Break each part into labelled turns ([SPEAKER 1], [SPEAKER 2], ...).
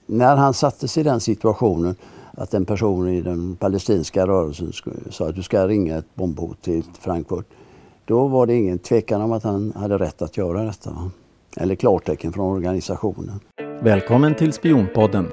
[SPEAKER 1] när han sattes i den situationen att en person i den palestinska rörelsen sa att du ska ringa ett bombhot till Frankfurt, då var det ingen tvekan om att han hade rätt att göra detta. Eller klartecken från organisationen.
[SPEAKER 2] Välkommen till Spionpodden.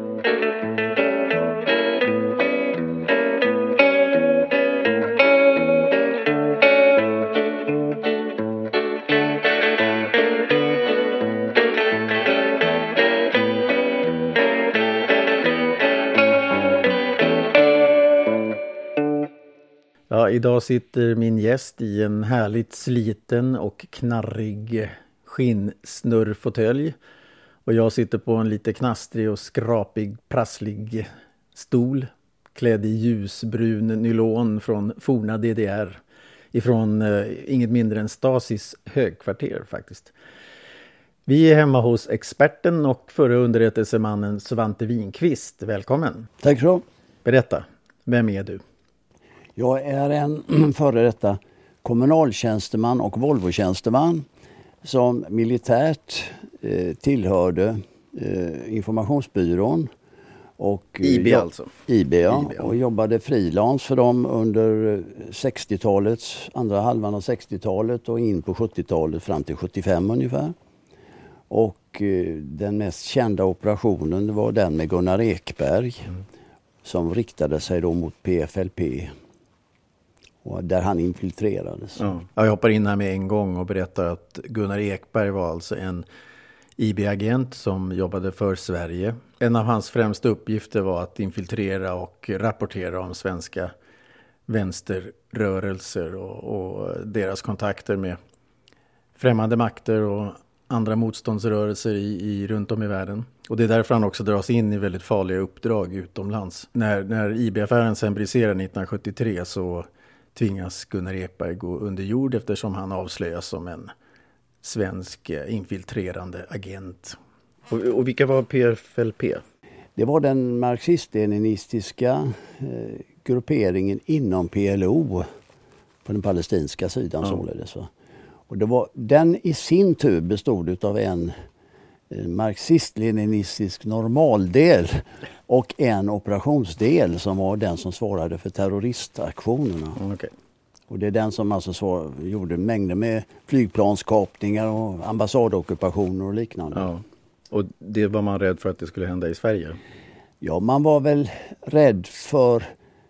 [SPEAKER 2] Ja, idag sitter min gäst i en härligt sliten och knarrig skinnsnurrfåtölj. Och jag sitter på en lite knastrig och skrapig, prasslig stol. Klädd i ljusbrun nylon från forna DDR. Ifrån inget mindre än Stasis högkvarter faktiskt. Vi är hemma hos experten och förre underrättelsemannen Svante Winqvist. Välkommen.
[SPEAKER 1] Tack så.
[SPEAKER 2] Berätta, vem är du?
[SPEAKER 1] Jag är en före detta kommunaltjänsteman och Volvo-tjänsteman som militärt tillhörde informationsbyrån. Och
[SPEAKER 2] IB alltså?
[SPEAKER 1] IB, ja. Och jobbade frilans för dem under 60-talets, andra halvan av 60-talet och in på 70-talet fram till 75 ungefär. Och den mest kända operationen var den med Gunnar Ekberg som riktade sig då mot PFLP. Och där han infiltrerades.
[SPEAKER 2] Ja. Jag hoppar in här med en gång och berättar att Gunnar Ekberg var alltså en IB-agent som jobbade för Sverige. En av hans främsta uppgifter var att infiltrera och rapportera om svenska vänsterrörelser och deras kontakter med främmande makter och andra motståndsrörelser runt om i världen. Och det är därför han också dras in i väldigt farliga uppdrag utomlands. När IB-affären sen briserade 1973 så tvingas Gunnar Ekberg gå under jord eftersom han avslöjas som en svensk infiltrerande agent. Och vilka var PFLP?
[SPEAKER 1] Det var den marxist-leninistiska grupperingen inom PLO på den palestinska sidan således. Och det var, den i sin tur bestod av en marxist-leninistisk normaldel och en operationsdel som var den som svarade för terroristaktionerna.
[SPEAKER 2] Okay.
[SPEAKER 1] Och det är den som alltså gjorde mängder med flygplanskapningar och ambassadockupationer och liknande.
[SPEAKER 2] Ja. Och det var man rädd för att det skulle hända i Sverige?
[SPEAKER 1] Ja, man var väl rädd för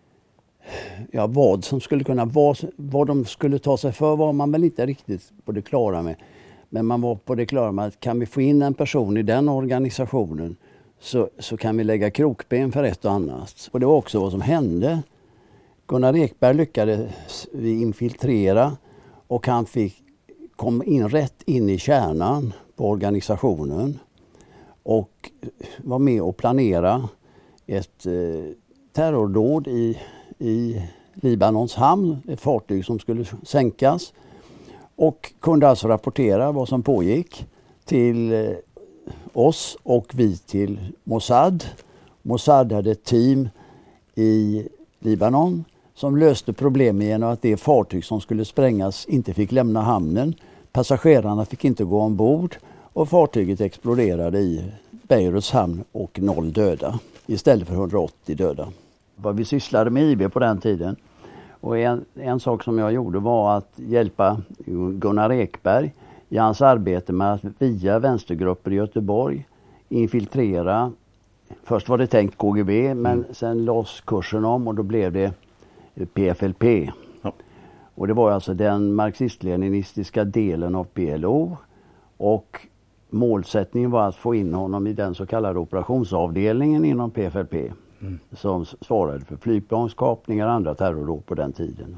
[SPEAKER 1] vad som skulle kunna vad de skulle ta sig för var man väl inte riktigt på det klara med. Men man var på det klara med att kan vi få in en person i den organisationen så kan vi lägga krokben för ett och annat. Och det var också vad som hände. Gunnar Ekberg lyckades vi infiltrera och han kom in rätt in i kärnan på organisationen och var med och planera ett terrordåd i Libanons hamn, ett fartyg som skulle sänkas. Och kunde alltså rapportera vad som pågick till oss och vi till Mossad. Mossad hade ett team i Libanon som löste problemet genom att det fartyg som skulle sprängas inte fick lämna hamnen. Passagerarna fick inte gå ombord och fartyget exploderade i Beiruts hamn och 0 döda istället för 180 döda. Vad vi sysslade med IB på den tiden. Och en sak som jag gjorde var att hjälpa Gunnar Ekberg i hans arbete med att via vänstergrupper i Göteborg infiltrera. Först var det tänkt KGB men sen lades kursen om och då blev det PFLP. Ja. Och det var alltså den marxist-leninistiska delen av PLO och målsättningen var att få in honom i den så kallade operationsavdelningen inom PFLP. Som svarade för flygplanskapningar och andra terrordåd på den tiden.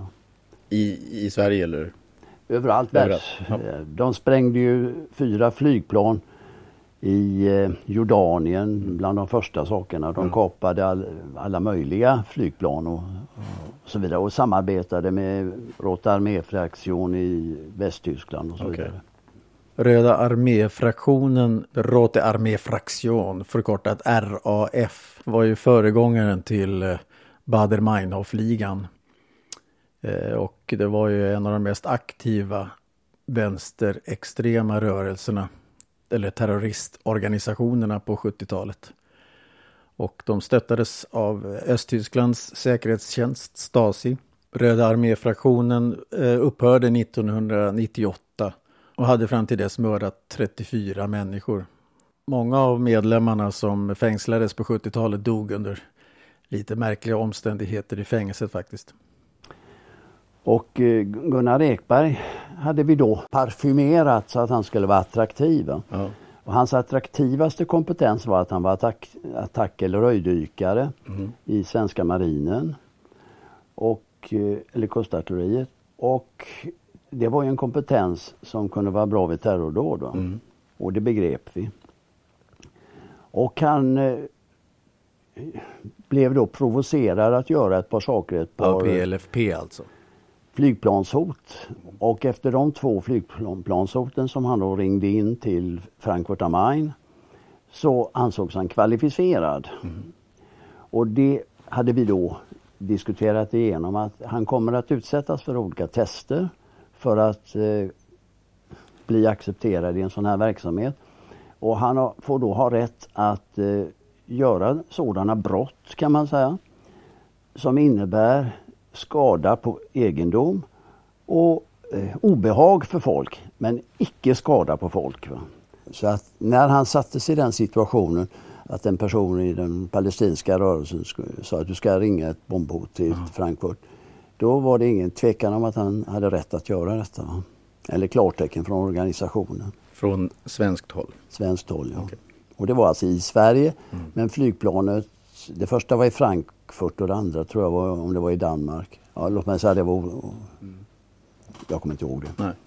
[SPEAKER 2] I Sverige eller?
[SPEAKER 1] Överallt. Ja. De sprängde ju 4 flygplan i Jordanien bland de första sakerna. De kapade alla möjliga flygplan och så vidare. Och samarbetade med Rote Armee-fraktion i Västtyskland och så vidare.
[SPEAKER 2] Röda arméfraktionen, Rote Armee-fraktion, förkortat RAF, var ju föregångaren till Baader-Meinhof-ligan. Och det var ju en av de mest aktiva vänsterextrema rörelserna eller terroristorganisationerna på 70-talet. Och de stöttades av Östtysklands säkerhetstjänst Stasi. Röda arméfraktionen upphörde 1998 och hade fram till dess mördat 34 människor. Många av medlemmarna som fängslades på 70-talet dog under lite märkliga omständigheter i fängelset faktiskt.
[SPEAKER 1] Och Gunnar Ekberg hade vi då parfymerat så att han skulle vara attraktiv. Ja. Och hans attraktivaste kompetens var att han var attack- eller röjdykare i svenska marinen eller kustartilleriet. Och det var ju en kompetens som kunde vara bra vid terrordåd. Och det begrep vi. Och han blev då provocerad att göra ett par saker.
[SPEAKER 2] PLFP alltså?
[SPEAKER 1] Flygplanshot. Och efter de 2 flygplanshoten som han då ringde in till Frankfurt am Main så ansågs han kvalificerad. Och det hade vi då diskuterat igenom, att han kommer att utsättas för olika tester för att bli accepterad i en sån här verksamhet. Och han får då ha rätt att göra sådana brott, kan man säga, som innebär skada på egendom och obehag för folk, men icke skada på folk. Va? Så att när han satte sig i den situationen att en person i den palestinska rörelsen sa att du ska ringa ett bombhot till Frankfurt, då var det ingen tvekan om att han hade rätt att göra detta. Va? Eller klartecken från organisationen.
[SPEAKER 2] Från svenskt håll?
[SPEAKER 1] Svenskt håll, ja. Okay. Och det var alltså i Sverige, men flygplanet, det första var i Frankfurt och det andra tror jag var, om det var i Danmark. Ja, låt mig säga det var... Jag kommer inte ihåg det.
[SPEAKER 2] Nej.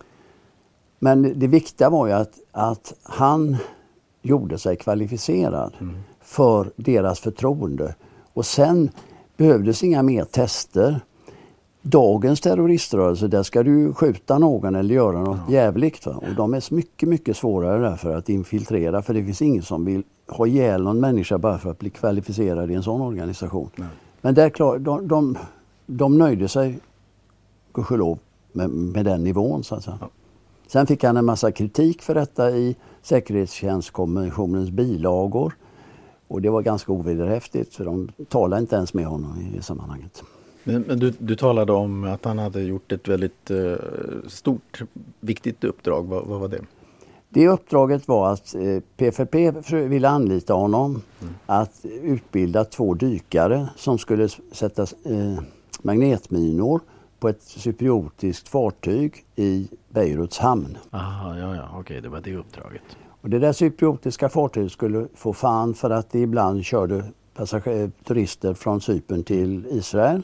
[SPEAKER 1] Men det viktiga var ju att han gjorde sig kvalificerad för deras förtroende. Och sen behövdes inga mer tester. Dagens terroriströrelse, där ska du skjuta någon eller göra något jävligt. Va? Och de är mycket, mycket svårare därför att infiltrera. För det finns ingen som vill ha ihjäl någon människa bara för att bli kvalificerad i en sån organisation. Nej. Men där de nöjde sig, gudskelov, med den nivån så att säga. Ja. Sen fick han en massa kritik för detta i säkerhetstjänstkommissionens bilagor. Och det var ganska ovederhäftigt, för de talade inte ens med honom i det sammanhanget.
[SPEAKER 2] Men du talade om att han hade gjort ett väldigt stort, viktigt uppdrag. Vad var det?
[SPEAKER 1] Det uppdraget var att PFLP ville anlita honom att utbilda 2 dykare som skulle sätta magnetminor på ett cypriotiskt fartyg i Beiruts hamn.
[SPEAKER 2] Okej, det var det uppdraget.
[SPEAKER 1] Och det där cypriotiska fartyget skulle få fan för att det ibland körde turister från Cypern till Israel.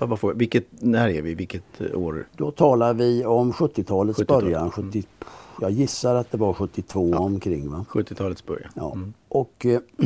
[SPEAKER 2] När är vi? Vilket år?
[SPEAKER 1] Då talar vi om 70-talets början. Jag gissar att det var 72 omkring. Va?
[SPEAKER 2] 70-talets början.
[SPEAKER 1] Ja. Och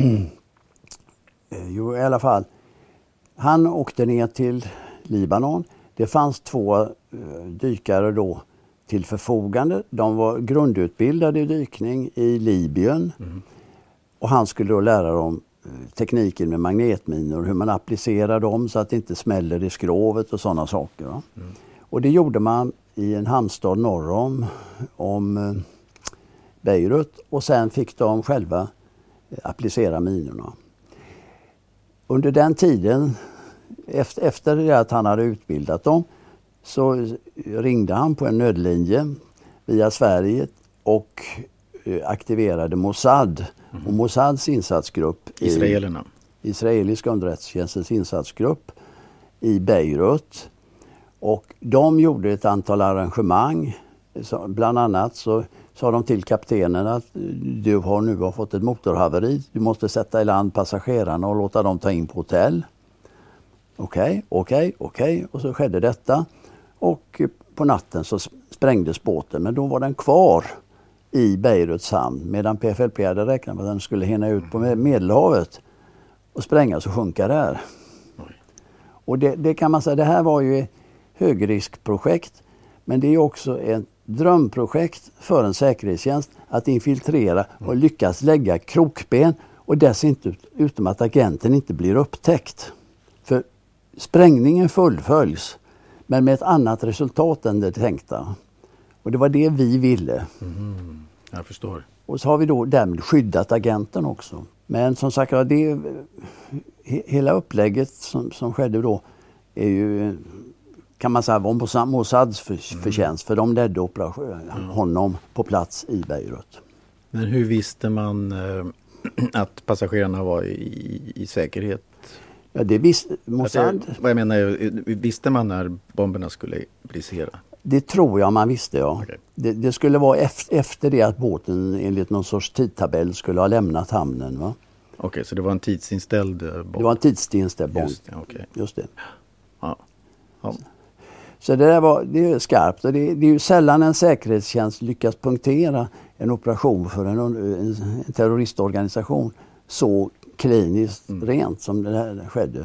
[SPEAKER 1] i alla fall, han åkte ner till Libanon. Det fanns 2 dykare då till förfogande. De var grundutbildade i dykning i Libyen. Och han skulle då lära dem tekniken med magnetminor, hur man applicerar dem så att det inte smäller i skrovet och sådana saker. Va? Och det gjorde man i en hamnstad norr om Beirut, och sen fick de själva applicera minorna. Under den tiden, efter det att han hade utbildat dem, så ringde han på en nödlinje via Sverige och aktiverade Mossad. Och Mossads insatsgrupp, israelisk underrättelsetjänstens insatsgrupp i Beirut. Och de gjorde ett antal arrangemang. Bland annat så sa de till kaptenen att du har nu fått ett motorhaveri. Du måste sätta i land passagerarna och låta dem ta in på hotell. Okej. Och så skedde detta. Och på natten så sprängdes båten, men då var den kvar i Beiruts hamn, medan PFLP hade räknat med att den skulle hinna ut på Medelhavet och sprängas och sjunka där. Och det kan man säga, det här var ju ett högriskprojekt, men det är också ett drömprojekt för en säkerhetstjänst att infiltrera och lyckas lägga krokben, och dessutom att agenten inte blir upptäckt. För sprängningen fullföljs, men med ett annat resultat än det tänkta. Och det var det vi ville.
[SPEAKER 2] Jag förstår.
[SPEAKER 1] Och så har vi då därmed skyddat agenten också. Men som sagt, hela upplägget som skedde då är ju, kan man säga, var på Mossads förtjänst, för de ledde honom på plats i Beirut.
[SPEAKER 2] Men hur visste man att passagerarna var i säkerhet?
[SPEAKER 1] Ja, det visste Mossad.
[SPEAKER 2] Vad jag menar är, visste man när bomberna skulle brisera?
[SPEAKER 1] Det tror jag man visste, ja.
[SPEAKER 2] Okay.
[SPEAKER 1] Det skulle vara efter det att båten enligt någon sorts tidtabell skulle ha lämnat hamnen, va?
[SPEAKER 2] Okej, så det var en tidsinställd bomb? Det
[SPEAKER 1] var en tidsinställd bomb.
[SPEAKER 2] Just det. Ja.
[SPEAKER 1] Så det är skarpt, och det är ju sällan en säkerhetstjänst lyckas punktera en operation för en terroristorganisation så kliniskt rent som det här skedde.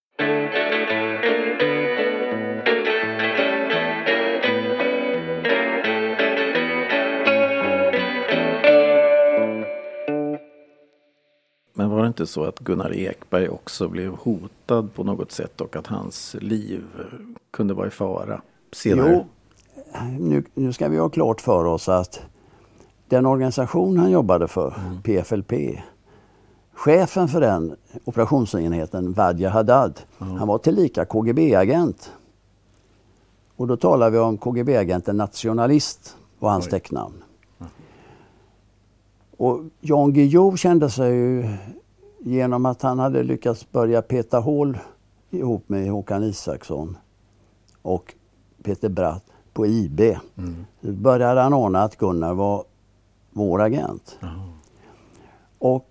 [SPEAKER 2] Men var det inte så att Gunnar Ekberg också blev hotad på något sätt och att hans liv kunde vara i fara senare?
[SPEAKER 1] Jo, nu ska vi ha klart för oss att den organisation han jobbade för, PFLP, chefen för den operationsenheten, Wadja Haddad, han var tillika KGB-agent. Och då talar vi om KGB-agenten Nationalist, var hans tecknamn. Och Jan Guillou kände sig ju, genom att han hade lyckats börja peta hål ihop med Håkan Isaksson och Peter Bratt på IB. Då började han ana att Gunnar var vår agent. Och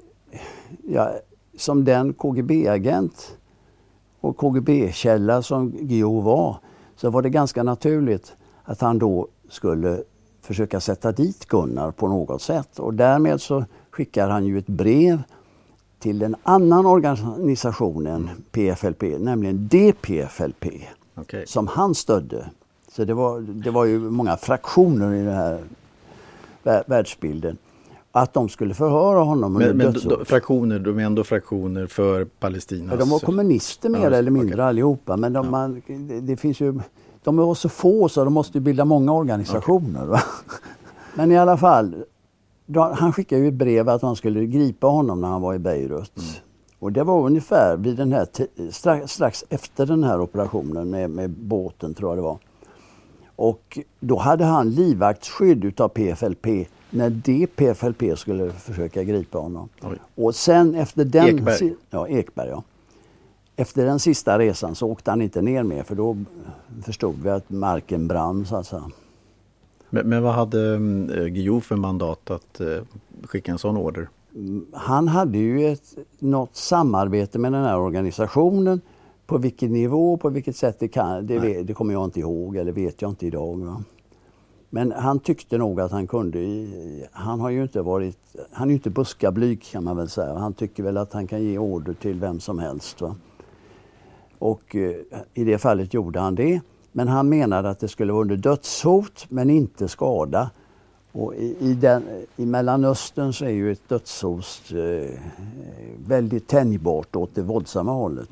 [SPEAKER 1] som den KGB-agent och KGB-källa som Guillou var, så var det ganska naturligt att han då skulle försöka sätta dit Gunnar på något sätt. Och därmed så skickar han ju ett brev till en annan organisation än PFLP, nämligen DPFLP, som han stödde. Så det var ju många fraktioner i den här världsbilden. Att de skulle förhöra honom under dödsåret.
[SPEAKER 2] Fraktioner, de är ändå fraktioner för Palestinas...
[SPEAKER 1] Ja, de var kommunister mer eller mindre allihopa, men det finns ju... De var så få så de måste bilda många organisationer. Va? Men i alla fall, han skickade ju ett brev att han skulle gripa honom när han var i Beirut. Och det var ungefär vid den här strax efter den här operationen med båten, tror jag det var. Och då hade han livvaktsskydd utav PFLP när PFLP skulle försöka gripa honom. Och sen efter den... Ekberg, ja. Efter den sista resan så åkte han inte ner mer, för då förstod vi att marken brann, så att säga.
[SPEAKER 2] Men vad hade Guillou för mandat att skicka en sån order?
[SPEAKER 1] Han hade ju något samarbete med den här organisationen. På vilken nivå, på vilket sätt det kommer jag inte ihåg, eller vet jag inte idag. Va? Men han tyckte nog att han kunde. Han är ju inte buskablyg, kan man väl säga. Han tycker väl att han kan ge order till vem som helst, va? Och i det fallet gjorde han det. Men han menade att det skulle vara under dödshot men inte skada. Och i Mellanöstern så är ju ett dödshot väldigt tänjbart åt det våldsamma hållet.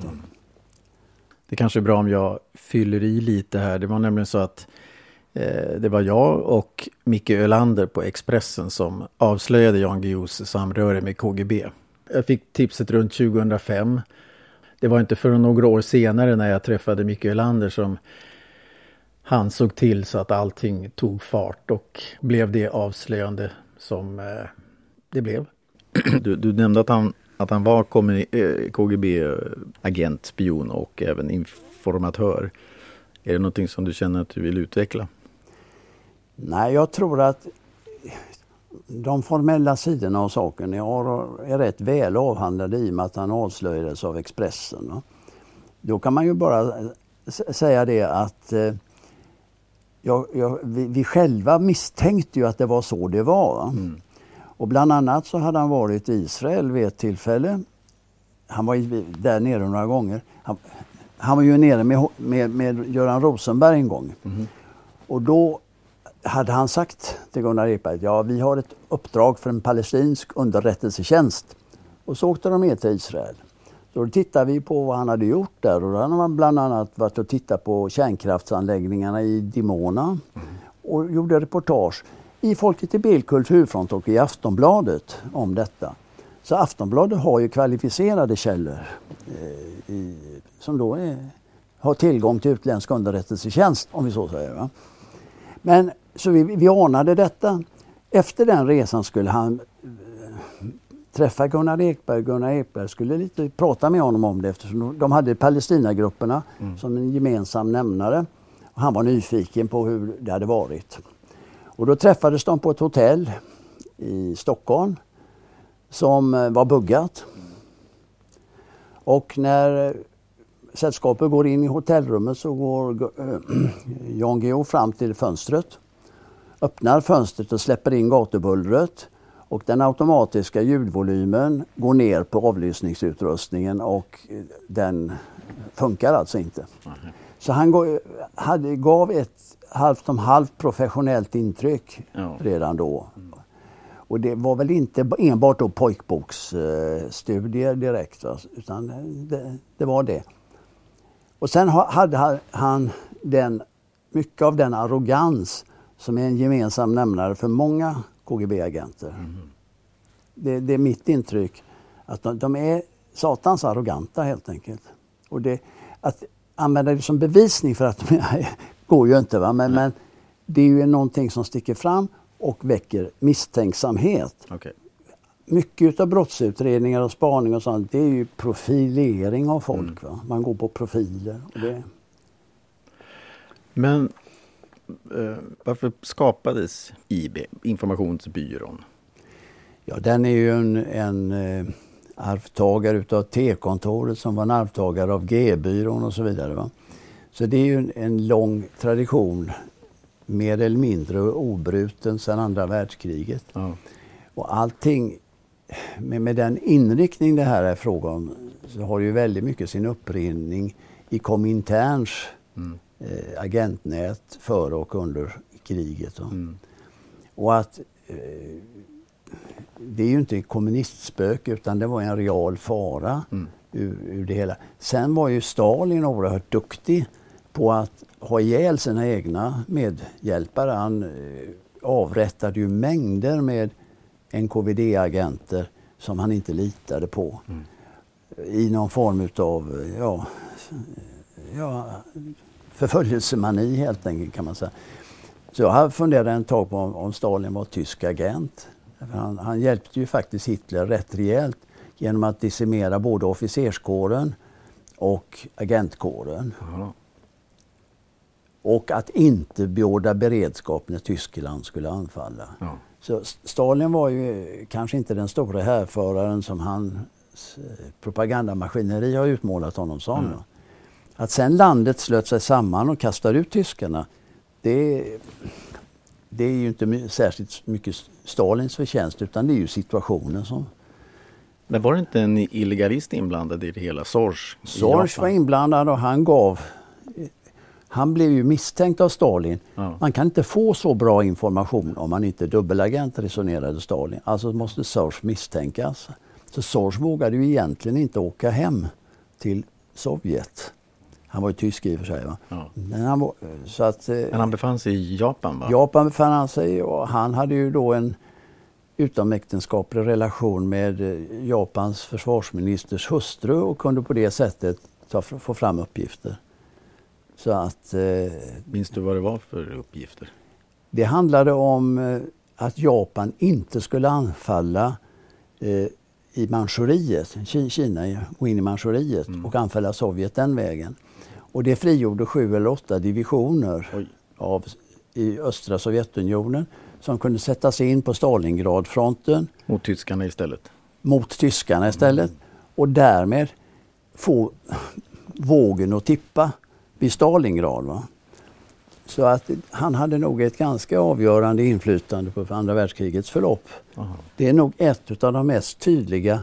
[SPEAKER 2] Det kanske är bra om jag fyller i lite här. Det var nämligen så att det var jag och Micke Ölander på Expressen som avslöjade Jan Guillous samröre med KGB. Jag fick tipset runt 2005. Det var inte förrän några år senare när jag träffade Micke Ölander som han såg till så att allting tog fart och blev det avslöjande som det blev. Du nämnde att han var KGB-agent, spion och även informatör. Är det någonting som du känner att du vill utveckla?
[SPEAKER 1] Nej, jag tror att de formella sidorna av saken är rätt väl avhandlade i och med att han avslöjades av Expressen. Va? Då kan man ju bara säga det att vi själva misstänkte ju att det var så det var. Och bland annat så hade han varit i Israel vid ett tillfälle. Han var där nere några gånger. Han var ju nere med Göran Rosenberg en gång. Och då hade han sagt till Gunnar Ekberg, ja, vi har ett uppdrag för en palestinsk underrättelsetjänst. Och så åkte de med till Israel. Då tittade vi på vad han hade gjort där. Och då hade han bland annat varit och tittat på kärnkraftsanläggningarna i Dimona. Och gjorde reportage i Folket i Bild, Kulturfront och i Aftonbladet om detta. Så Aftonbladet har ju kvalificerade källor som då har tillgång till utländsk underrättelsetjänst, om vi så säger. Va? Men så vi anade detta. Efter den resan skulle han träffa Gunnar Ekberg. Gunnar Ekberg skulle lite prata med honom om det, eftersom de hade Palestinagrupperna som en gemensam nämnare. Och han var nyfiken på hur det hade varit. Och då träffades de på ett hotell i Stockholm som var buggat. Och när sällskapet går in i hotellrummet så går Jan Guillou fram till fönstret. Öppnar fönstret och släpper in gatubullret. Och den automatiska ljudvolymen går ner på avlyssningsutrustningen och den funkar alltså inte. Så han gav ett halvt om halvt professionellt intryck redan då. Och det var väl inte enbart då pojkboksstudier direkt, utan det var det. Och sen hade han mycket av den arrogans som är en gemensam nämnare för många KGB-agenter. Det är mitt intryck att de är satans arroganta helt enkelt. Och att använda det som bevisning för att de går ju inte, va? Men det är ju någonting som sticker fram och väcker misstänksamhet.
[SPEAKER 2] Okay.
[SPEAKER 1] Mycket av brottsutredningar och spaning och sånt, det är ju profilering av folk. Va? Man går på profiler. Och det...
[SPEAKER 2] Men varför skapades IB, Informationsbyrån?
[SPEAKER 1] Ja, den är ju en arvtagare utav T-kontoret som var en arvtagare av G-byrån och så vidare. Va? Så det är ju en lång tradition, mer eller mindre obruten sedan andra världskriget. Ja. Och allting med den inriktning det här är fråga om, så har ju väldigt mycket sin upprinning i Kominterns agentnät före och under kriget. Och att det är ju inte kommunistspök, utan det var en real fara ur det hela. Sen var ju Stalin oerhört duktig på att ha ihjäl sina egna medhjälpare. Han avrättade ju mängder med NKVD-agenter som han inte litade på. I någon form av förföljelsemani helt enkelt, kan man säga. Så jag funderade en tag på om Stalin var tysk agent. Han hjälpte ju faktiskt Hitler rätt rejält genom att decimera både officerskåren och agentkåren. Aha. Och att inte beordra beredskap när Tyskland skulle anfalla. Ja. Så Stalin var ju kanske inte den stora härföraren som hans propagandamaskineri har utmålat honom som. Att sen landet slöt sig samman och kastade ut tyskarna, det är ju inte särskilt mycket Stalins förtjänst, utan det är ju situationen som...
[SPEAKER 2] Men var det inte en illegalist inblandad i det hela?
[SPEAKER 1] Sorge var inblandad och han blev ju misstänkt av Stalin. Ja. Man kan inte få så bra information om man inte är dubbelagent, resonerade Stalin. Alltså måste Sorge misstänkas. Så Sorge vågade ju egentligen inte åka hem till Sovjet. Han var ju tysk i och för sig. Va? Ja. Men
[SPEAKER 2] han befann sig i Japan, va?
[SPEAKER 1] Japan befann han sig, och han hade ju då en utomäktenskaplig relation med Japans försvarsministers hustru och kunde på det sättet få fram uppgifter. Så att,
[SPEAKER 2] minns du vad det var för uppgifter?
[SPEAKER 1] Det handlade om att Japan inte skulle anfalla i Manchuriet, Kina gå in i Manchuriet och anfalla Sovjet den vägen. Och det frigjorde 7 eller 8 divisioner i östra Sovjetunionen som kunde sättas in på Stalingradfronten.
[SPEAKER 2] Mot tyskarna
[SPEAKER 1] istället. Och därmed få vågen att tippa vid Stalingrad. Va? Så att han hade nog ett ganska avgörande inflytande på andra världskrigets förlopp. Aha. Det är nog ett av de mest tydliga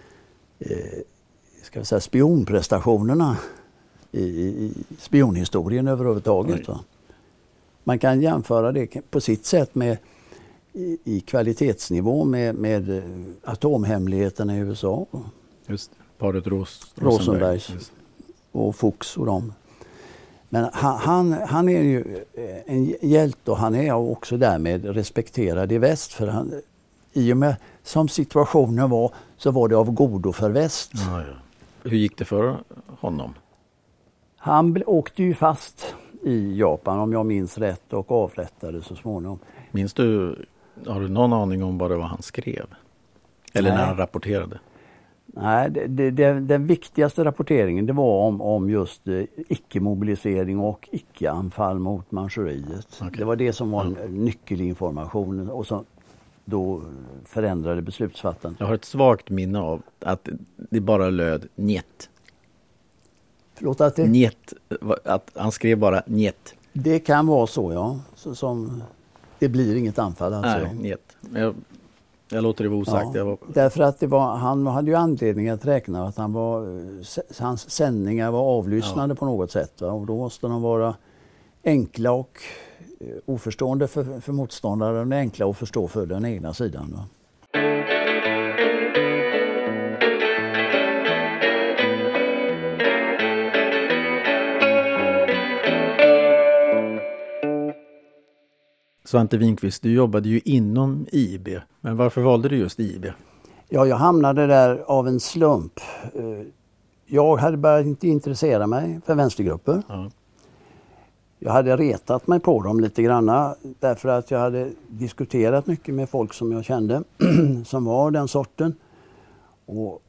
[SPEAKER 1] spionprestationerna i spionhistorien överhuvudtaget. Va? Man kan jämföra det på sitt sätt med i kvalitetsnivå med atomhemligheterna i USA.
[SPEAKER 2] Just paret
[SPEAKER 1] Rosenbergs och Fuchs och dem. Men han är ju en hjälte, och han är också därmed respekterad i väst, för i och med som situationen var så var det av godo för väst.
[SPEAKER 2] Ja. Hur gick det för honom?
[SPEAKER 1] Han åkte ju fast i Japan om jag minns rätt och avrättades så småningom.
[SPEAKER 2] Har du någon aning om vad det var han skrev? Eller
[SPEAKER 1] Nej.
[SPEAKER 2] när han rapporterade?
[SPEAKER 1] Nej, den viktigaste rapporteringen det var om just icke-mobilisering och icke-anfall mot Manchuriet.
[SPEAKER 2] Okay.
[SPEAKER 1] Det var det som var nyckelinformationen och som då förändrade beslutsfattandet.
[SPEAKER 2] Jag har ett svagt minne av att det bara löd njet.
[SPEAKER 1] Förlåt att det?
[SPEAKER 2] Njet, att han skrev bara njet.
[SPEAKER 1] Det kan vara så, ja. Så, som det blir inget anfall alltså.
[SPEAKER 2] Nej, njet. Jag låter det vara osagt.
[SPEAKER 1] Ja, därför att han hade ju anledning att räkna att hans sändningar var avlyssnade på något sätt. Va? Och då måste de vara enkla och oförstående för motståndaren och enkla att förstå för den egna sidan. Va?
[SPEAKER 2] Svante Winqvist, du jobbade ju inom IB. Men varför valde du just IB?
[SPEAKER 1] Ja, jag hamnade där av en slump. Jag hade börjat inte intressera mig för vänstergrupper. Ja. Jag hade retat mig på dem lite granna därför att jag hade diskuterat mycket med folk som jag kände som var den sorten. Och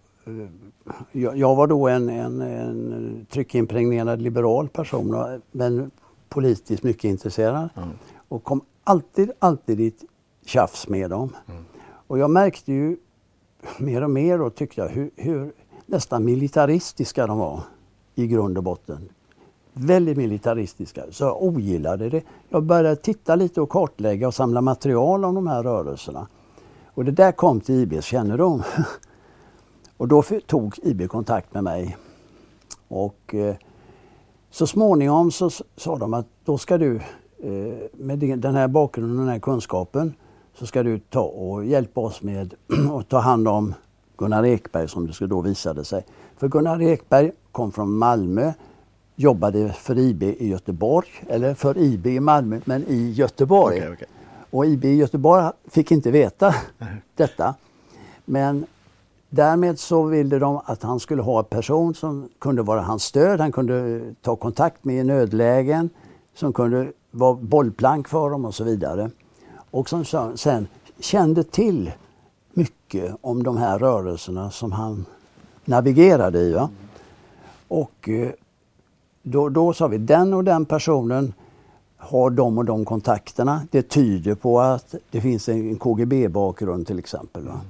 [SPEAKER 1] jag var då en tryckimpregnerad liberal person men politiskt mycket intresserad. Och kom alltid i ett tjafs med dem. Och jag märkte ju mer och mer och tyckte jag hur nästan militaristiska de var i grund och botten. Väldigt militaristiska. Så jag ogillade det. Jag började titta lite och kartlägga och samla material om de här rörelserna. Och det där kom till IBs kännedom. Och då tog IB kontakt med mig. Och så småningom så sa de att då ska du med den här bakgrunden och den här kunskapen så ska du ta och hjälpa oss med att ta hand om Gunnar Ekberg som det skulle då visade sig. För Gunnar Ekberg kom från Malmö, jobbade för IB i Göteborg, eller för IB i Malmö men i Göteborg.
[SPEAKER 2] Okay.
[SPEAKER 1] Och IB i Göteborg fick inte veta detta. Men därmed så ville de att han skulle ha en person som kunde vara hans stöd, han kunde ta kontakt med i nödlägen, som kunde vara bollplank för dem och så vidare. Och som sen kände till mycket om de här rörelserna som han navigerade i. Va? Och då sa vi, den och den personen har de och de kontakterna. Det tyder på att det finns en KGB-bakgrund till exempel. Va?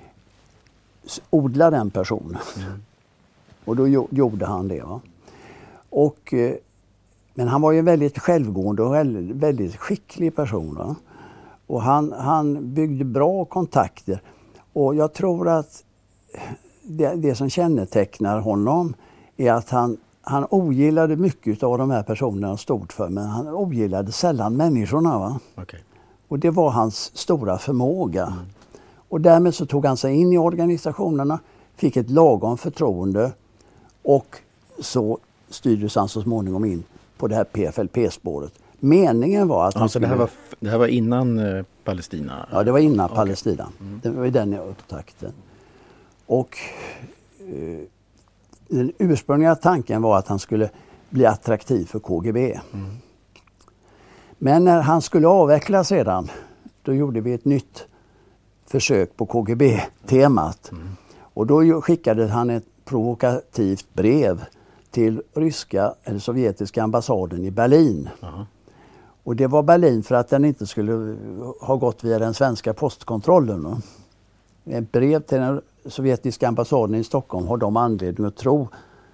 [SPEAKER 1] Odla den personen. Och då gjorde han det. Va? Och men han var ju en väldigt självgående och väldigt skicklig person. Va? Och han byggde bra kontakter. Och jag tror att det som kännetecknar honom är att han ogillade mycket av de här personerna stod för. Men han ogillade sällan människorna. Va?
[SPEAKER 2] Okay.
[SPEAKER 1] Och det var hans stora förmåga. Och därmed så tog han sig in i organisationerna. Fick ett lagom förtroende. Och så styrdes han så småningom in på det här PFLP-spåret. Meningen var att han skulle...
[SPEAKER 2] Det här var innan Palestina?
[SPEAKER 1] Ja, det var innan Palestina. Det var i den upptakten. Och den ursprungliga tanken var att han skulle bli attraktiv för KGB. Men när han skulle avveckla sedan, då gjorde vi ett nytt försök på KGB-temat. Och då skickade han ett provokativt brev till ryska eller sovjetiska ambassaden i Berlin. Och det var Berlin för att den inte skulle ha gått via den svenska postkontrollen. Ett brev till den sovjetiska ambassaden i Stockholm har de anledning att tro,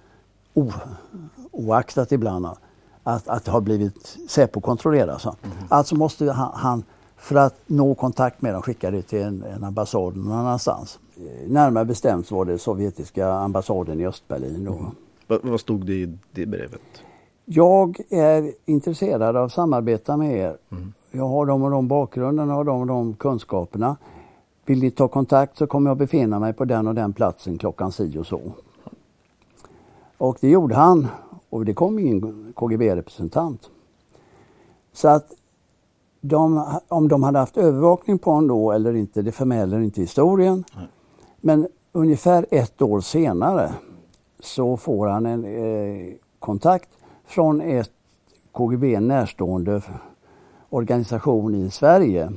[SPEAKER 1] oaktat ibland, att det har blivit Säpo-kontrollerat. Alltså måste han, för att nå kontakt med dem, skicka det till en ambassad någon annanstans. Närmare bestämt var det sovjetiska ambassaden i Östberlin då.
[SPEAKER 2] Vad stod det i det brevet?
[SPEAKER 1] Jag är intresserad av att samarbeta med er. Jag har de och de bakgrunderna och de och de kunskaperna. Vill ni ta kontakt så kommer jag befinna mig på den och den platsen klockan si och så. Och det gjorde han. Och det kom ingen KGB-representant. Så att om de hade haft övervakning på honom då eller inte, det förmäler inte historien.
[SPEAKER 2] Nej.
[SPEAKER 1] Men ungefär 1 år senare så får han en kontakt från ett KGB närstående organisation i Sverige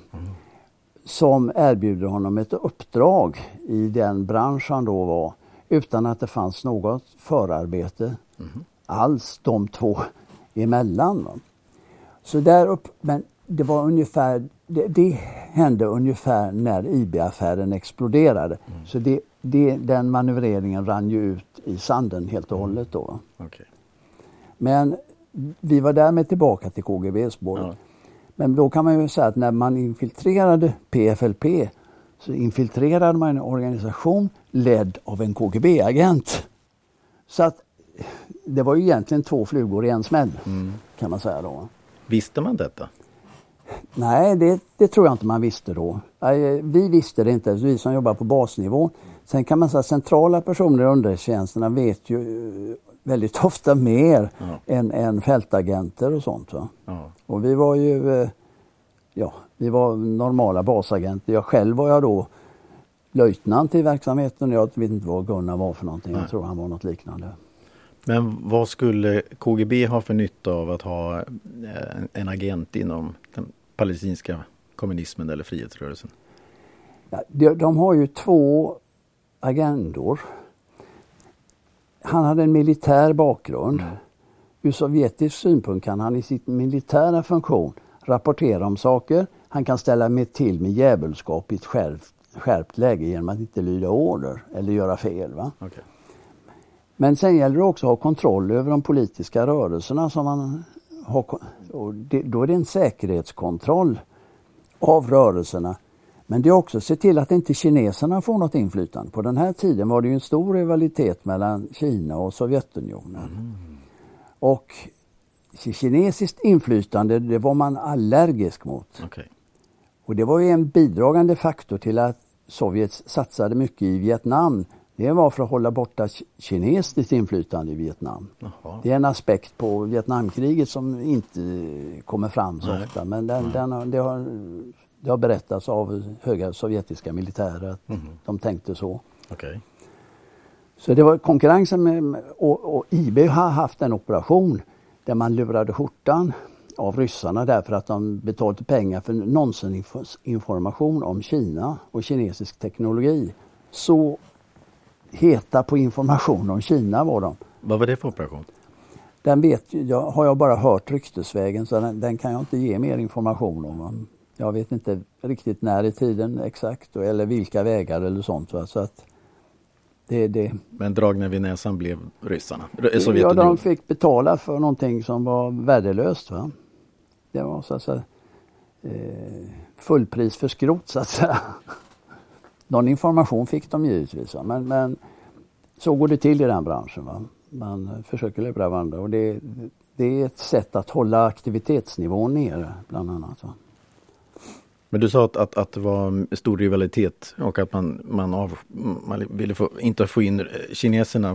[SPEAKER 1] som erbjuder honom ett uppdrag i den bransch han då var utan att det fanns något förarbete alls de två emellan. Så men det var ungefär det hände ungefär när IB-affären exploderade. Så den manövreringen rann ju ut i sanden helt och hållet då.
[SPEAKER 2] Okay.
[SPEAKER 1] Men vi var därmed tillbaka till KGB spåret. Ja. Men då kan man ju säga att när man infiltrerade PFLP så infiltrerade man en organisation ledd av en KGB-agent. Så att det var ju egentligen 2 flugor i en smäll kan man säga då.
[SPEAKER 2] Visste man detta?
[SPEAKER 1] Nej, det tror jag inte man visste då. Vi visste det inte, vi som jobbar på basnivå. Sen kan man säga att centrala personer i underrättelsetjänsterna vet ju väldigt ofta mer än fältagenter och sånt. Va? Ja. Och vi var ju vi var normala basagenter. Jag själv var jag då löjtnant i verksamheten. Jag vet inte vad Gunnar var för någonting. Jag tror han var något liknande. Men
[SPEAKER 2] vad skulle KGB ha för nytta av att ha en agent inom den palestinska kommunismen eller frihetsrörelsen?
[SPEAKER 1] Ja, de har ju 2 agendor. Han hade en militär bakgrund. Ur sovjetisk synpunkt kan han i sitt militära funktion rapportera om saker. Han kan ställa till med djävulskap i ett skärpt läge genom att inte lyda order eller göra fel. Va? Okay. Men sen gäller det också att ha kontroll över de politiska rörelserna som man har. Och då är det en säkerhetskontroll av rörelserna. Men det är också att se till att inte kineserna får något inflytande. På den här tiden var det ju en stor rivalitet mellan Kina och Sovjetunionen. Och kinesiskt inflytande, det var man allergisk mot. Okay. Och det var ju en bidragande faktor till att Sovjet satsade mycket i Vietnam. Det var för att hålla borta kinesiskt inflytande i Vietnam. Jaha. Det är en aspekt på Vietnamkriget som inte kommer fram så ofta. Men det har berättats av höga sovjetiska militärer att de tänkte så. Okay. Så det var konkurrensen med, och IB har haft en operation där man lurade skjortan av ryssarna därför att de betalade pengar för nonsensinformation om Kina och kinesisk teknologi. Så heta på information om Kina var de.
[SPEAKER 2] Vad var det för operation?
[SPEAKER 1] Den har jag bara hört ryktesvägen så den kan jag inte ge mer information om. Jag vet inte riktigt när i tiden exakt eller vilka vägar eller sånt. Va? Så att det. Men
[SPEAKER 2] dragna vid näsan blev ryssarna?
[SPEAKER 1] Ja, de fick betala för någonting som var värdelöst. Va? Det var så att säga fullpris för skrot så att säga. Någon information fick de givetvis. Va? Men så går det till i den branschen. Va? Man försöker lura varandra och det är ett sätt att hålla aktivitetsnivån nere bland annat. Va?
[SPEAKER 2] Men du sa att det var stor rivalitet och att man ville inte få in kineserna.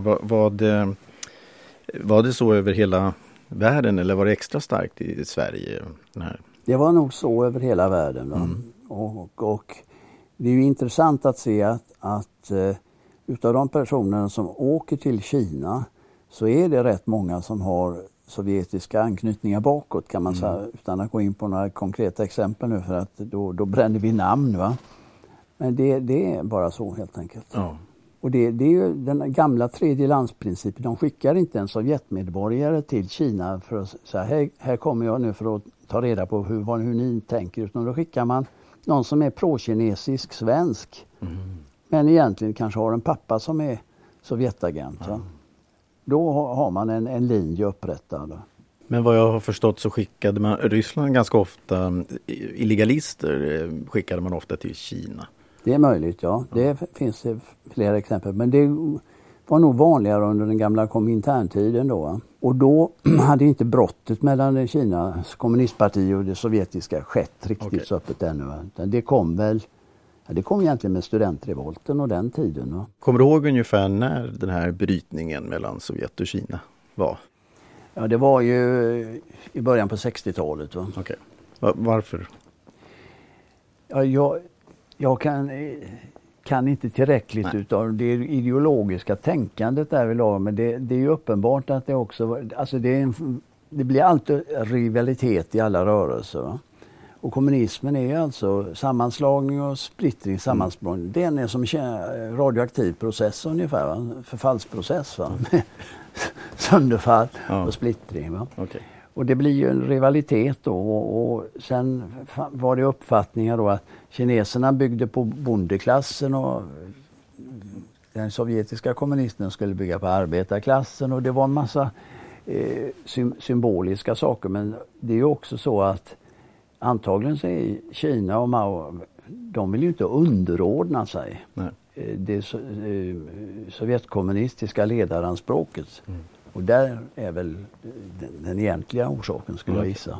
[SPEAKER 2] Var det så över hela världen eller var det extra starkt i Sverige?
[SPEAKER 1] Det var nog så över hela världen. Och det är ju intressant att se att utav de personerna som åker till Kina så är det rätt många som har sovjetiska anknytningar bakåt kan man säga, utan att gå in på några konkreta exempel nu för att då bränner vi namn. Va? Men det är bara så helt enkelt. Ja. Och det är ju den gamla tredjelandsprincipen. De skickar inte en sovjetmedborgare till Kina för att säga här kommer jag nu för att ta reda på hur ni tänker. Utan då skickar man någon som är pro-kinesisk svensk. Men egentligen kanske har en pappa som är sovjetagent. Ja. Då har man en linje upprättad.
[SPEAKER 2] Men vad jag har förstått så skickade man Ryssland ganska ofta, illegalister skickade man ofta till Kina.
[SPEAKER 1] Det är möjligt, ja. Det finns det flera exempel. Men det var nog vanligare under den gamla Komintern-tiden då. Och då hade inte brottet mellan Kinas kommunistparti och det sovjetiska skett riktigt så öppet ännu. Det kom egentligen med studentrevolten och den tiden. Va?
[SPEAKER 2] Kommer du ihåg ungefär när den här brytningen mellan Sovjet och Kina var?
[SPEAKER 1] Ja, det var ju i början på 60-talet. Va?
[SPEAKER 2] Okej. Varför?
[SPEAKER 1] Ja, jag kan inte tillräckligt utav det ideologiska tänkandet därvidlag, men det är ju uppenbart att det också, alltså det blir alltid rivalitet i alla rörelser. Va? Och kommunismen är alltså sammanslagning och splittring, sammanslagning. Det är som en radioaktiv process ungefär, va? Förfallsprocess, va? Sönderfall och splittring. Va?
[SPEAKER 2] Okay.
[SPEAKER 1] Och det blir ju en rivalitet då, och sen var det uppfattningar då att kineserna byggde på bondeklassen och den sovjetiska kommunisten skulle bygga på arbetarklassen, och det var en massa symboliska saker, men det är ju också så att antagligen så är Kina och Mao, de vill ju inte underordna sig det sovjetkommunistiska ledaranspråket. Och där är väl den egentliga orsaken, skulle jag gissa.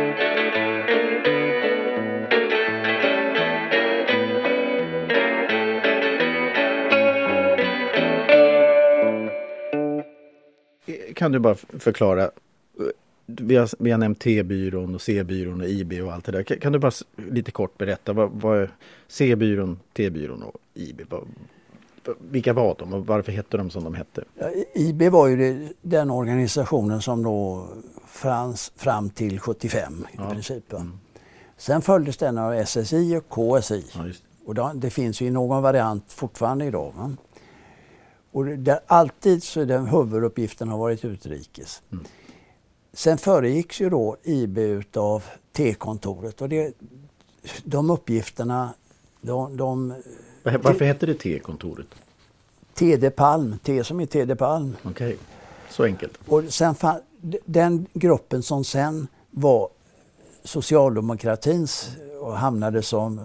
[SPEAKER 2] Kan du bara förklara, vi har nämnt T-byrån och C-byrån och IB och allt det där. Kan du bara lite kort berätta vad är C-byrån, T-byrån och IB? Vilka var de och varför hette de som de hette?
[SPEAKER 1] Ja, IB var ju den organisationen som då fanns fram till 75 i princip. Sen följdes den av SSI och KSI. Och det finns ju i någon variant fortfarande idag. Va? Och där alltid så den huvuduppgiften har varit utrikes. Sen föregicks ju då IB utav T-kontoret, och de uppgifterna
[SPEAKER 2] varför heter det T-kontoret?
[SPEAKER 1] TD Palm, T som är TD Palm.
[SPEAKER 2] Okej, så enkelt.
[SPEAKER 1] Och sen den gruppen som sen var socialdemokratins och hamnade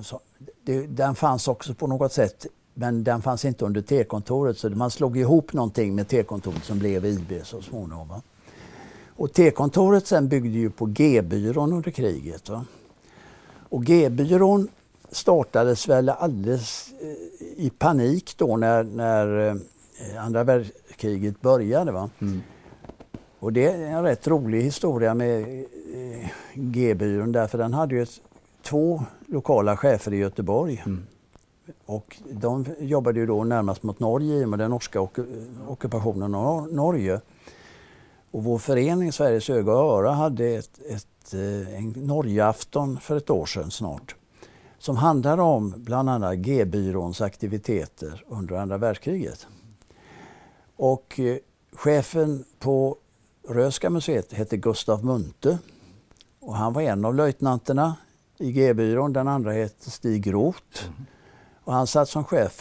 [SPEAKER 1] den fanns också på något sätt, men den fanns inte under T-kontoret, så man slog ihop någonting med T-kontoret som blev IB så småningom. Va? Och T-kontoret sen byggde ju på G-byrån under kriget. Va? Och G-byrån startades väl alldeles i panik då när andra världskriget började. Va? Och det är en rätt rolig historia med G-byrån, därför den hade ju 2 lokala chefer i Göteborg. Och de jobbade ju då närmast mot Norge med den norska ockupationen av Norge. Och vår förening Sveriges öga och öra hade en Norgeafton för ett år sedan snart, som handlade om bland annat G-byråns aktiviteter under andra världskriget. Och chefen på Röhsska museet hette Gustav Munthe, och han var en av löjtnanterna i G-byrån, den andra hette Stig Roth. Och han satt som chef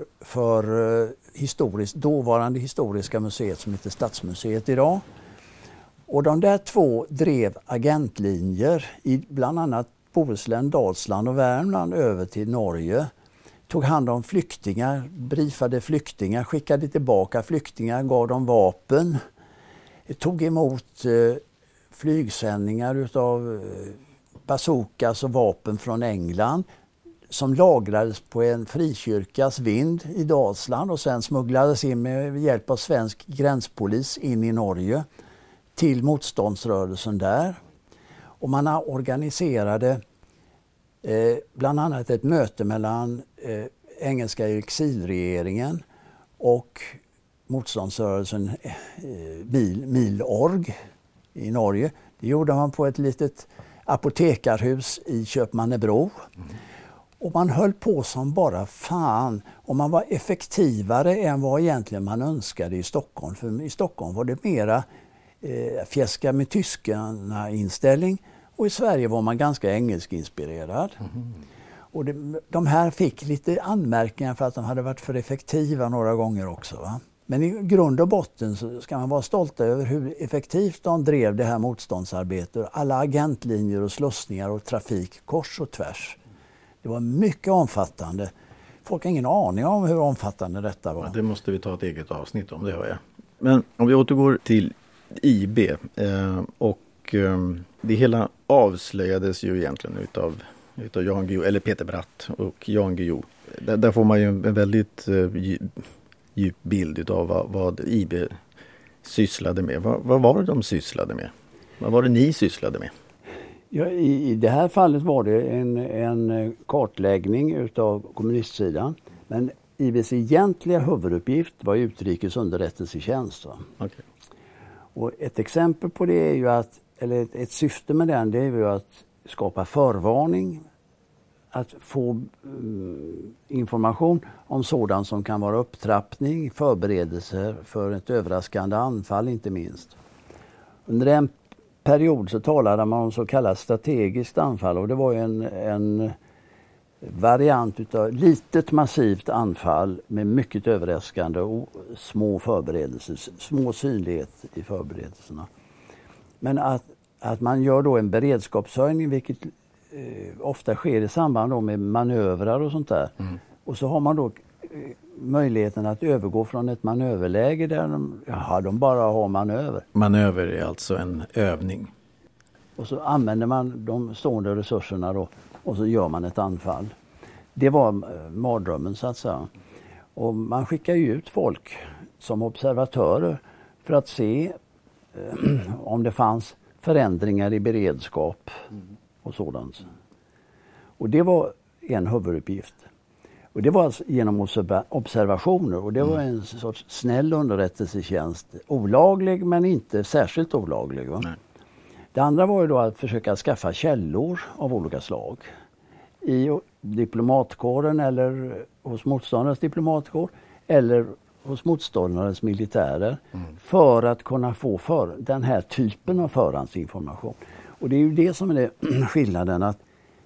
[SPEAKER 1] för dåvarande historiska museet som heter Stadsmuseet idag. Och de där 2 drev agentlinjer i bland annat Bohuslän, Dalsland och Värmland över till Norge. Tog hand om flyktingar, briefade flyktingar, skickade tillbaka flyktingar, gav dem vapen. Tog emot flygsändningar utav bazookas och vapen från England som lagrades på en frikyrkas vind i Dalsland och sen smugglades in med hjälp av svensk gränspolis in i Norge till motståndsrörelsen där. Och man organiserade bland annat ett möte mellan engelska exilregeringen och motståndsrörelsen Milorg i Norge. Det gjorde man på ett litet apotekarhus i Köpmannebro. Och man höll på som bara fan, och man var effektivare än vad egentligen man önskade i Stockholm. För i Stockholm var det mera fjäska med tyskarna inställning, och i Sverige var man ganska engelskinspirerad. Och de här fick lite anmärkningar för att de hade varit för effektiva några gånger också. Va? Men i grund och botten så ska man vara stolta över hur effektivt de drev det här motståndsarbetet. Alla agentlinjer och slussningar och trafik kors och tvärs. Det var mycket omfattande. Folk har ingen aning om hur omfattande detta var.
[SPEAKER 2] Ja, det måste vi ta ett eget avsnitt om, det har jag. Men om vi återgår till IB det hela avslöjades ju egentligen utav Jan Guillou, eller Peter Bratt och Jan Guillou. Där får man ju en väldigt djup bild utav vad IB sysslade med. Vad var det de sysslade med? Vad var det ni sysslade med?
[SPEAKER 1] Ja, i det här fallet var det en kartläggning utav kommunistsidan. Men IBs egentliga huvuduppgift var utrikes underrättelsetjänst.
[SPEAKER 2] Okay.
[SPEAKER 1] Och ett exempel på det är ju att, eller ett syfte med den, det är ju att skapa förvarning, att få information om sådant som kan vara upptrappning, förberedelser för ett överraskande anfall inte minst. Under en period så talade man om så kallat strategiskt anfall, och det var ju en variant utav litet massivt anfall med mycket överraskande och små förberedelser, små synlighet i förberedelserna. Men att man gör då en beredskapshöjning, vilket ofta sker i samband då med manövrar och sånt där. Mm. Och så har man då möjligheten att övergå från ett manöverläge där de bara har manöver.
[SPEAKER 2] Manöver är alltså en övning.
[SPEAKER 1] Och så använder man de stående resurserna då och så gör man ett anfall. Det var mardrömmen så att säga. Och man skickar ju ut folk som observatörer för att se om det fanns förändringar i beredskap och sådant. Och det var en huvuduppgift. Och det var alltså genom observationer, och det var en sorts snäll underrättelsetjänst. Olaglig men inte särskilt olaglig. Va? Det andra var ju då att försöka skaffa källor av olika slag. I diplomatkåren eller hos motståndarens diplomatkår eller hos motståndarens militärer för att kunna få den här typen av förhandsinformation. Och det är ju det som är skillnaden, att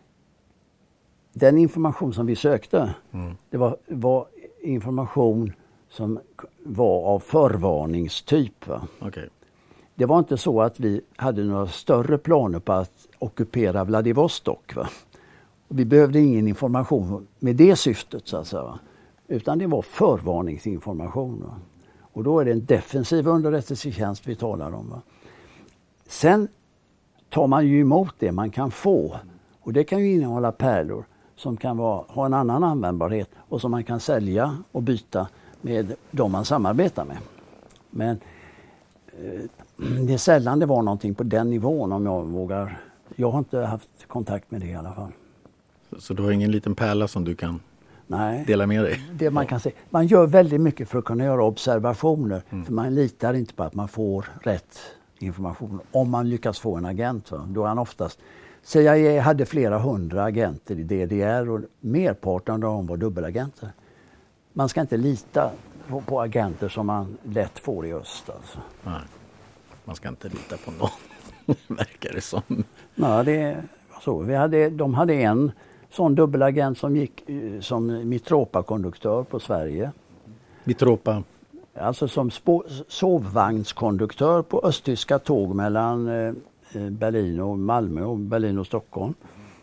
[SPEAKER 1] den information som vi sökte det var information som var av förvarningstyp. Va?
[SPEAKER 2] Okay.
[SPEAKER 1] Det var inte så att vi hade några större planer på att ockupera Vladivostok. Va? Vi behövde ingen information med det syftet så att säga. Va? Utan det var förvarningsinformation. Va? Och då är det en defensiv underrättelsetjänst vi talar om. Va? Sen tar man ju emot det man kan få. Och det kan ju innehålla pärlor som kan ha en annan användbarhet och som man kan sälja och byta med de man samarbetar med. Men det är sällan det var någonting på den nivån, om jag vågar. Jag har inte haft kontakt med det i alla fall.
[SPEAKER 2] Så du har ingen liten pärla som du kan dela med dig?
[SPEAKER 1] Det man kan se. Man gör väldigt mycket för att kunna göra observationer. För man litar inte på att man får rätt information. Om man lyckas få en agent, va? Då är han oftast... CIA hade flera hundra agenter i DDR och merparten av dem var dubbelagenter. Man ska inte lita på agenter som man lätt får i öst. Alltså.
[SPEAKER 2] Nej, man ska inte lita på någon, verkar det som.
[SPEAKER 1] Nej, det är så. De hade en sån dubbelagent som gick som Mitropa-konduktör på Sverige.
[SPEAKER 2] Mitropa?
[SPEAKER 1] Alltså som sovvagnskonduktör på östtyska tåg mellan Berlin och Malmö och Berlin och Stockholm.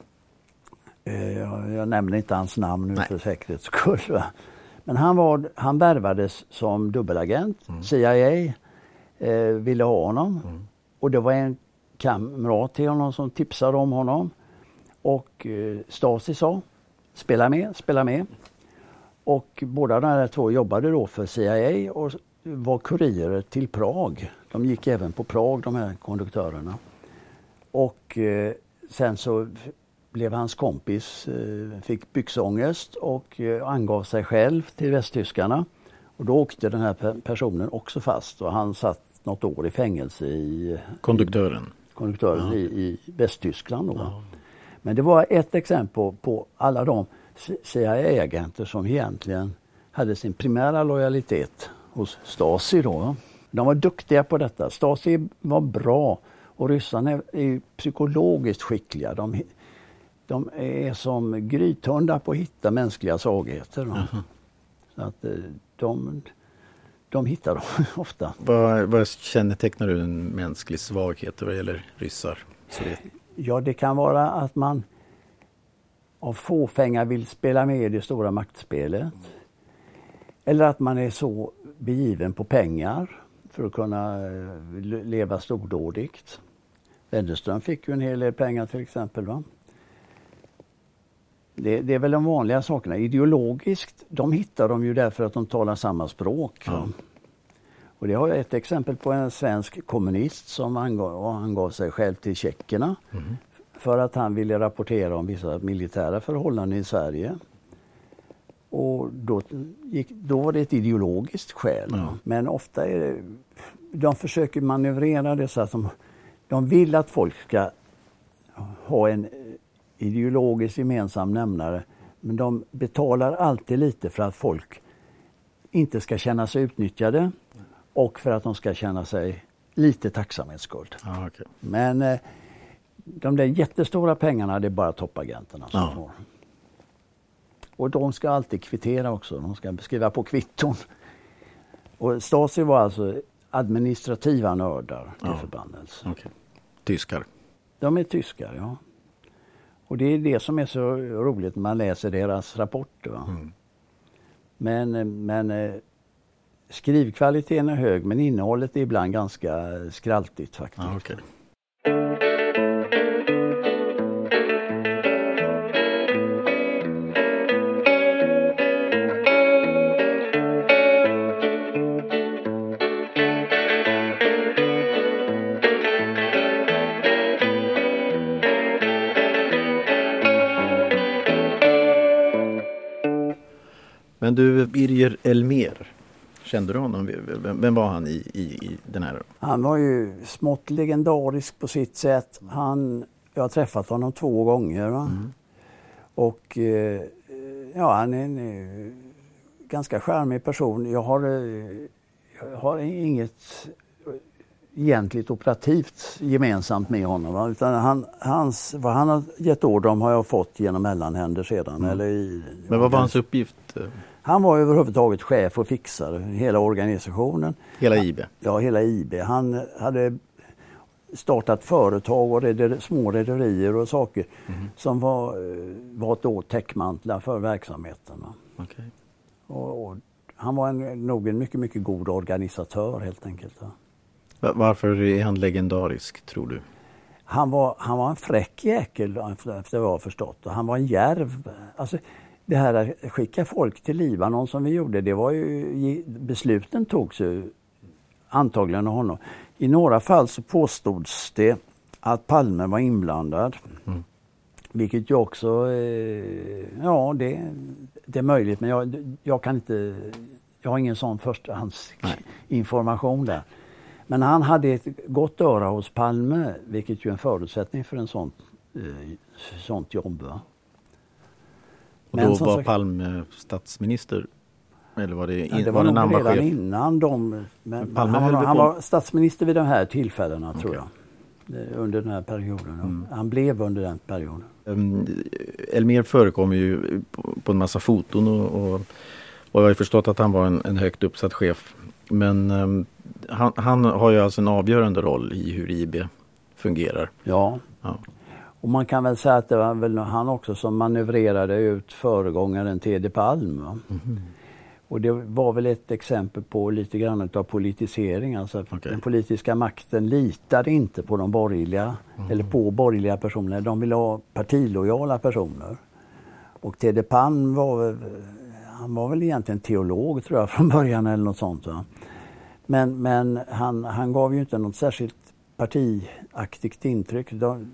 [SPEAKER 1] Jag nämner inte hans namn nu för säkerhets skull. Va? Men han värvades som dubbelagent. CIA ville ha honom. Och det var en kamrat till honom som tipsade om honom. Och Stasi sa, spela med. Och båda de här två jobbade då för CIA och var kurirer till Prag. De gick även på Prag, de här konduktörerna. Och sen så blev hans kompis, fick byxångest och angav sig själv till västtyskarna. Och då åkte den här personen också fast och han satt något år i fängelse i... Konduktören i Västtyskland. Då. Men det var ett exempel på alla de CIA-agenter som egentligen hade sin primära lojalitet hos Stasi då. De var duktiga på detta. Stasi var bra och ryssarna är psykologiskt skickliga. De är som grythundar på att hitta mänskliga svagheter. Så att de hittar dem ofta.
[SPEAKER 2] Vad kännetecknar du en mänsklig svaghet vad gäller ryssar?
[SPEAKER 1] Ja, det kan vara att man av fåfänga vill spela med i det stora maktspelet. Eller att man är så begiven på pengar för att kunna leva stordådigt. Wennerström fick ju en hel del pengar till exempel. Va? Det är väl de vanliga sakerna. Ideologiskt, de hittar de ju därför att de talar samma språk. Ja. Och det har jag ett exempel på en svensk kommunist som angav sig själv till tjeckerna. för att han ville rapportera om vissa militära förhållanden i Sverige. Och då var det ett ideologiskt skäl.
[SPEAKER 2] Ja.
[SPEAKER 1] Men ofta är det, de försöker manövrera det så att de vill att folk ska ha en ideologisk gemensam nämnare. Men de betalar alltid lite för att folk inte ska känna sig utnyttjade och för att de ska känna sig lite tacksamhetsskuld.
[SPEAKER 2] Ja, okay.
[SPEAKER 1] Men de där jättestora pengarna, det är bara toppagenterna som får. Och de ska alltid kvittera också. De ska skriva på kvitton. Och Stasi var alltså administrativa nördar i förbannelse.
[SPEAKER 2] Okay. Tyskar.
[SPEAKER 1] De är tyskar, ja. Och det är det som är så roligt när man läser deras rapporter. Va? Men skrivkvaliteten är hög, men innehållet är ibland ganska skraltigt faktiskt.
[SPEAKER 2] Ja, okay. Men du, Birger Elmér, kände du honom? Vem var han i den här?
[SPEAKER 1] Han var ju smått legendarisk på sitt sätt. Jag har träffat honom 2 gånger. Va? Och han är en ganska charmig person. Jag har inget egentligt operativt gemensamt med honom. Va? Utan vad han har gett order om har jag fått genom mellanhänder sedan.
[SPEAKER 2] Men vad var hans uppgift?
[SPEAKER 1] Han var överhuvudtaget chef och fixare, hela organisationen.
[SPEAKER 2] Hela IB?
[SPEAKER 1] Ja, hela IB. Han hade startat företag och små rederier och saker som var då täckmantlar för verksamheten.
[SPEAKER 2] Okay.
[SPEAKER 1] Och han var nog en mycket, mycket god organisatör helt enkelt.
[SPEAKER 2] Varför är han legendarisk, tror du?
[SPEAKER 1] Han var en fräck jäkel efter vad jag har förstått. Och han var en järv. Alltså, det här att skicka folk till Libanon som vi gjorde, det var ju, besluten togs ju antagligen av honom. I några fall så påstods det att Palme var inblandad. Vilket ju också, det är möjligt, men jag kan inte, jag har ingen sån förstahandsinformation där. Men han hade ett gott öra hos Palme, vilket ju är en förutsättning för en sånt jobb. Va?
[SPEAKER 2] Och då var Palme statsminister? Eller var det
[SPEAKER 1] var
[SPEAKER 2] nog
[SPEAKER 1] redan
[SPEAKER 2] chef?
[SPEAKER 1] Innan han var statsminister vid de här tillfällena, tror jag. Under den här perioden. Han blev under den perioden.
[SPEAKER 2] Elmér förekommer ju på en massa foton och jag har ju förstått att han var en högt uppsatt chef. Men han har ju alltså en avgörande roll i hur IB fungerar.
[SPEAKER 1] Ja. Och man kan väl säga att det var väl han också som manövrerade ut föregångaren Tede Palm. Och det var väl ett exempel på lite grann av politisering. Alltså den politiska makten litade inte på de borgerliga eller på borgerliga personer. De ville ha partilojala personer. Och Tede Palm var väl egentligen teolog, tror jag, från början eller något sånt. Va? Men han gav ju inte något särskilt partiaktigt intryck.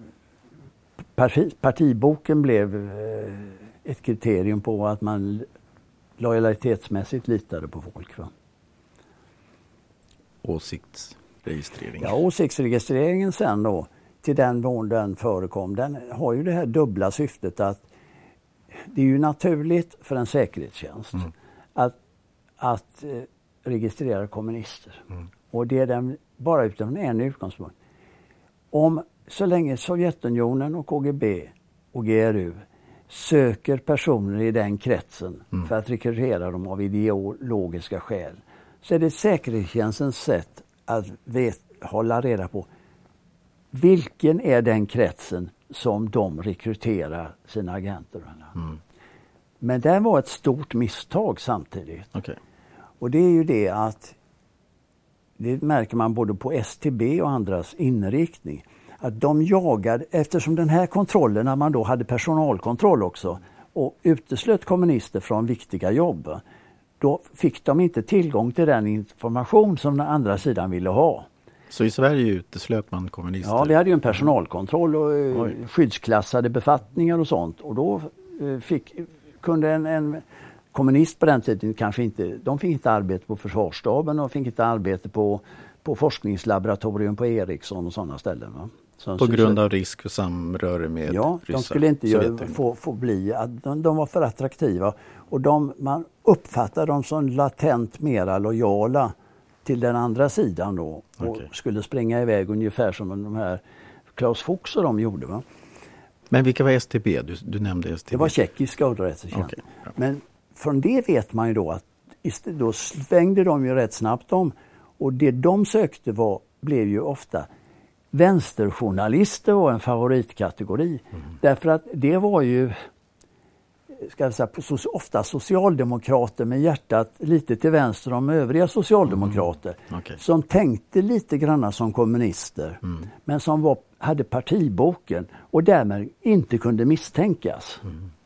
[SPEAKER 1] Partiboken blev ett kriterium på att man lojalitetsmässigt litade på folk. Va?
[SPEAKER 2] Åsiktsregistrering.
[SPEAKER 1] Ja, åsiktsregistreringen sen då, till den mån den förekom, den har ju det här dubbla syftet att det är ju naturligt för en säkerhetstjänst att registrera kommunister. Och det är den bara utifrån en utgångspunkt. Så länge Sovjetunionen och KGB och GRU söker personer i den kretsen för att rekrytera dem av ideologiska skäl, så är det säkerhetstjänstens sätt att hålla reda på vilken är den kretsen som de rekryterar sina agenter. Men det var ett stort misstag samtidigt.
[SPEAKER 2] Okay.
[SPEAKER 1] Och det är ju det att det märker man både på STB och andras inriktning. Att de jagade, eftersom den här kontrollen, när man då hade personalkontroll också och uteslöt kommunister från viktiga jobb, då fick de inte tillgång till den information som den andra sidan ville ha.
[SPEAKER 2] Så i Sverige uteslöt man kommunister?
[SPEAKER 1] Ja, vi hade ju en personalkontroll och skyddsklassade befattningar och sånt. Och då kunde en kommunist på den tiden kanske inte, de fick inte arbete på försvarsstaben och fick inte arbete på forskningslaboratorium på Ericsson och sådana ställen. Va?
[SPEAKER 2] På grund av risk för samröre med ryssar?
[SPEAKER 1] Ja, de skulle inte få bli, de var för attraktiva. Och man uppfattade dem som latent mera lojala till den andra sidan då. Och skulle springa iväg ungefär som de här Klaus Fuchs och de gjorde. Va?
[SPEAKER 2] Men vilka var STB? Du nämnde STB.
[SPEAKER 1] Det var tjeckiska underrättelsetjänsten. Men från det vet man ju då att då svängde de ju rätt snabbt om. Och det de sökte blev ju ofta vänsterjournalister var en favoritkategori. Därför att det var ju ofta socialdemokrater med hjärtat lite till vänster om övriga socialdemokrater. Som tänkte lite grann som kommunister. Men som hade partiboken och därmed inte kunde misstänkas.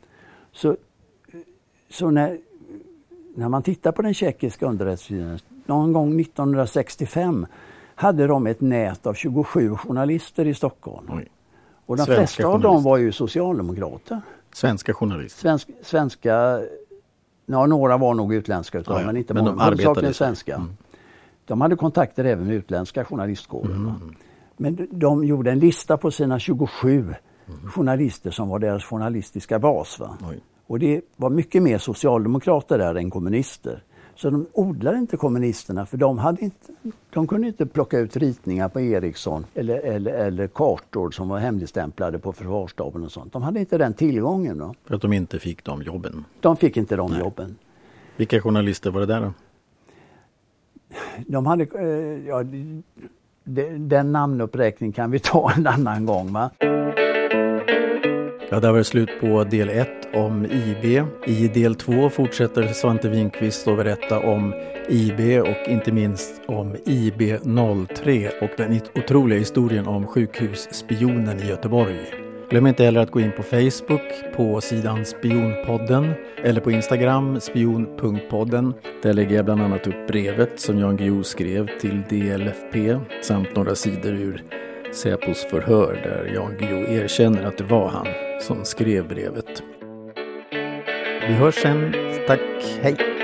[SPEAKER 1] Så när man tittar på den tjeckiska underrättelsetjänsten någon gång 1965 hade de ett nät av 27 journalister i Stockholm. Och de flesta av dem var ju socialdemokrater.
[SPEAKER 2] Svenska journalister?
[SPEAKER 1] Svenska, några var nog utländska men inte många. Huvudsakligen svenska. De hade kontakter även med utländska journalistkårer. Men de gjorde en lista på sina 27 journalister som var deras journalistiska bas. Va? Och det var mycket mer socialdemokrater där än kommunister. Så de odlade inte kommunisterna för de kunde inte plocka ut ritningar på Ericsson eller kartor som var hemligstämplade på försvarsstaben och sånt. De hade inte den tillgången då.
[SPEAKER 2] För att de inte fick de jobben?
[SPEAKER 1] De fick inte de jobben.
[SPEAKER 2] Vilka journalister var det där då?
[SPEAKER 1] De hade, den namnuppräkning kan vi ta en annan gång va?
[SPEAKER 2] Ja, det var slut på del 1 om IB. I del 2 fortsätter Svante Winqvist att berätta om IB och inte minst om IB03 och den otroliga historien om sjukhusspionen i Göteborg. Glöm inte heller att gå in på Facebook på sidan Spionpodden eller på Instagram spion.podden. Där lägger jag bland annat upp brevet som Jan Guillou skrev till DLFP samt några sidor ur Säpos förhör där Jan Guillou erkänner att det var han som skrev brevet. Vi hörs sen. Tack, hej!